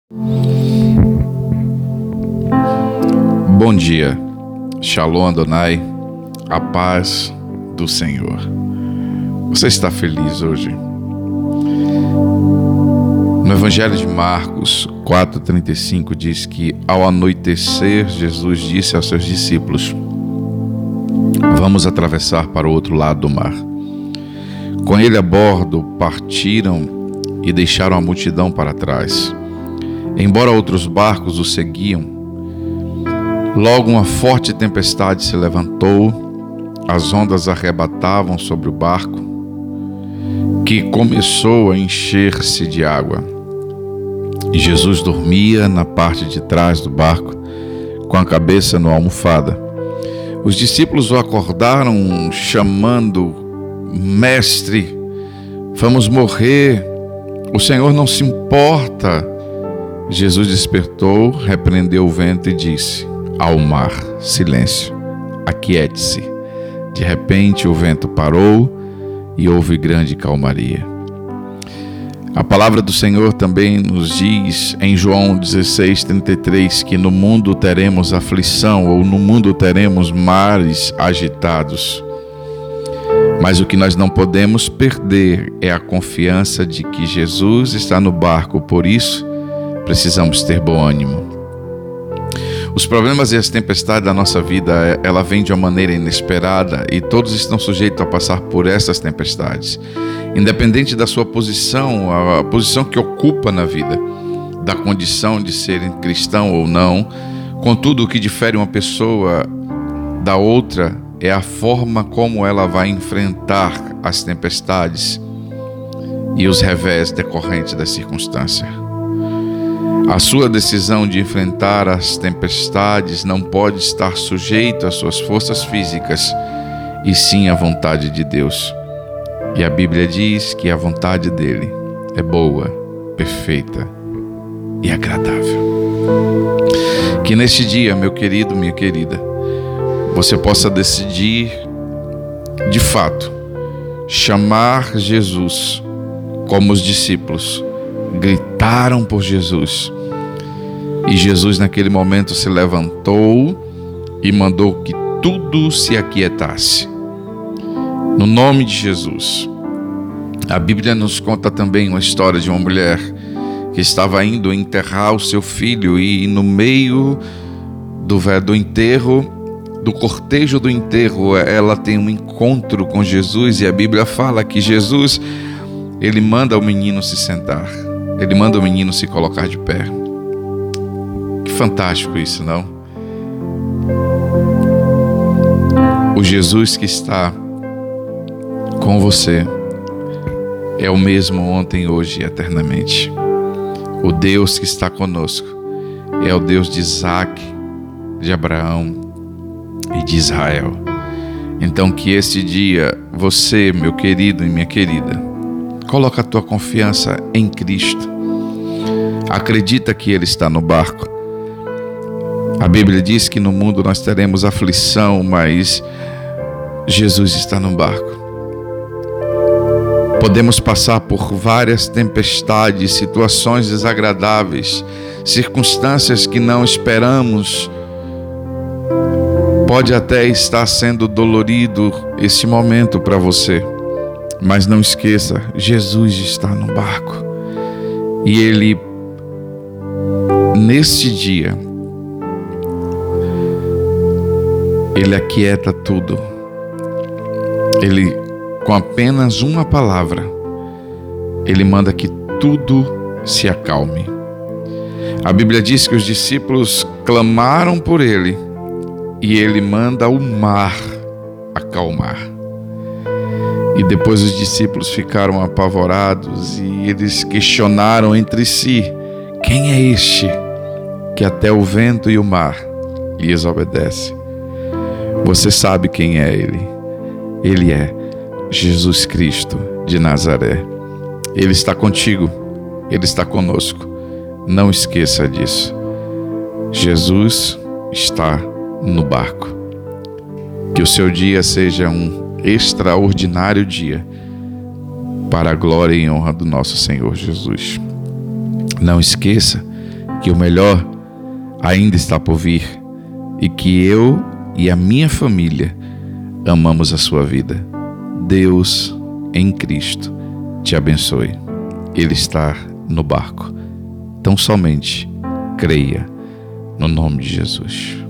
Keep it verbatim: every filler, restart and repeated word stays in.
Bom dia, Shalom Adonai, a paz do Senhor. Você está feliz hoje? No Evangelho de Marcos quatro, trinta e cinco diz que ao anoitecer Jesus disse aos seus discípulos: vamos atravessar para o outro lado do mar. Com ele a bordo partiram e deixaram a multidão para trás. Embora outros barcos o seguiam, logo uma forte tempestade se levantou, as ondas arrebatavam sobre o barco, que começou a encher-se de água. E Jesus dormia na parte de trás do barco, com a cabeça na almofada. Os discípulos o acordaram, chamando: Mestre, vamos morrer, o Senhor não se importa. Jesus despertou, repreendeu o vento e disse ao mar: silêncio, aquiete-se. De repente o vento parou e houve grande calmaria. A palavra do Senhor também nos diz em João dezesseis, trinta e três que no mundo teremos aflição, ou no mundo teremos mares agitados. Mas o que nós não podemos perder é a confiança de que Jesus está no barco, por isso precisamos ter bom ânimo. Os problemas e as tempestades da nossa vida, ela vem de uma maneira inesperada e todos estão sujeitos a passar por essas tempestades. Independente da sua posição, a posição que ocupa na vida, da condição de ser cristão ou não, contudo, o que difere uma pessoa da outra é a forma como ela vai enfrentar as tempestades e os revés decorrentes da circunstância. A sua decisão de enfrentar as tempestades não pode estar sujeito às suas forças físicas, e sim à vontade de Deus. E a Bíblia diz que a vontade dele é boa, perfeita e agradável. Que neste dia, meu querido, minha querida, você possa decidir, de fato, chamar Jesus, como os discípulos gritaram por Jesus. E Jesus naquele momento se levantou e mandou que tudo se aquietasse. No nome de Jesus. A Bíblia nos conta também uma história de uma mulher que estava indo enterrar o seu filho e no meio do, do enterro, do cortejo do enterro, ela tem um encontro com Jesus e a Bíblia fala que Jesus, ele manda o menino se sentar. Ele manda o menino se colocar de pé. Que fantástico isso, não? O Jesus que está com você é o mesmo ontem, hoje e eternamente. O Deus que está conosco é o Deus de Isaac, de Abraão e de Israel. Então que este dia, você, meu querido e minha querida, coloca a tua confiança em Cristo. Acredita que Ele está no barco. A Bíblia diz que no mundo nós teremos aflição, mas Jesus está no barco. Podemos passar por várias tempestades, situações desagradáveis, circunstâncias que não esperamos. Pode até estar sendo dolorido esse momento para você. Mas não esqueça, Jesus está no barco. E Ele, neste dia, Ele aquieta tudo. Ele, com apenas uma palavra, Ele manda que tudo se acalme. A Bíblia diz que os discípulos clamaram por Ele e Ele manda o mar acalmar. E depois os discípulos ficaram apavorados e eles questionaram entre si: quem é este que até o vento e o mar lhes obedece? Você sabe quem é Ele. Ele é Jesus Cristo de Nazaré. Ele está contigo, Ele está conosco. Não esqueça disso. Jesus está no barco. Que o seu dia seja um extraordinário dia para a glória e honra do nosso Senhor Jesus. Não esqueça que o melhor ainda está por vir e que eu e a minha família amamos a sua vida. Deus em Cristo te abençoe. Ele está no barco. Então somente creia no nome de Jesus.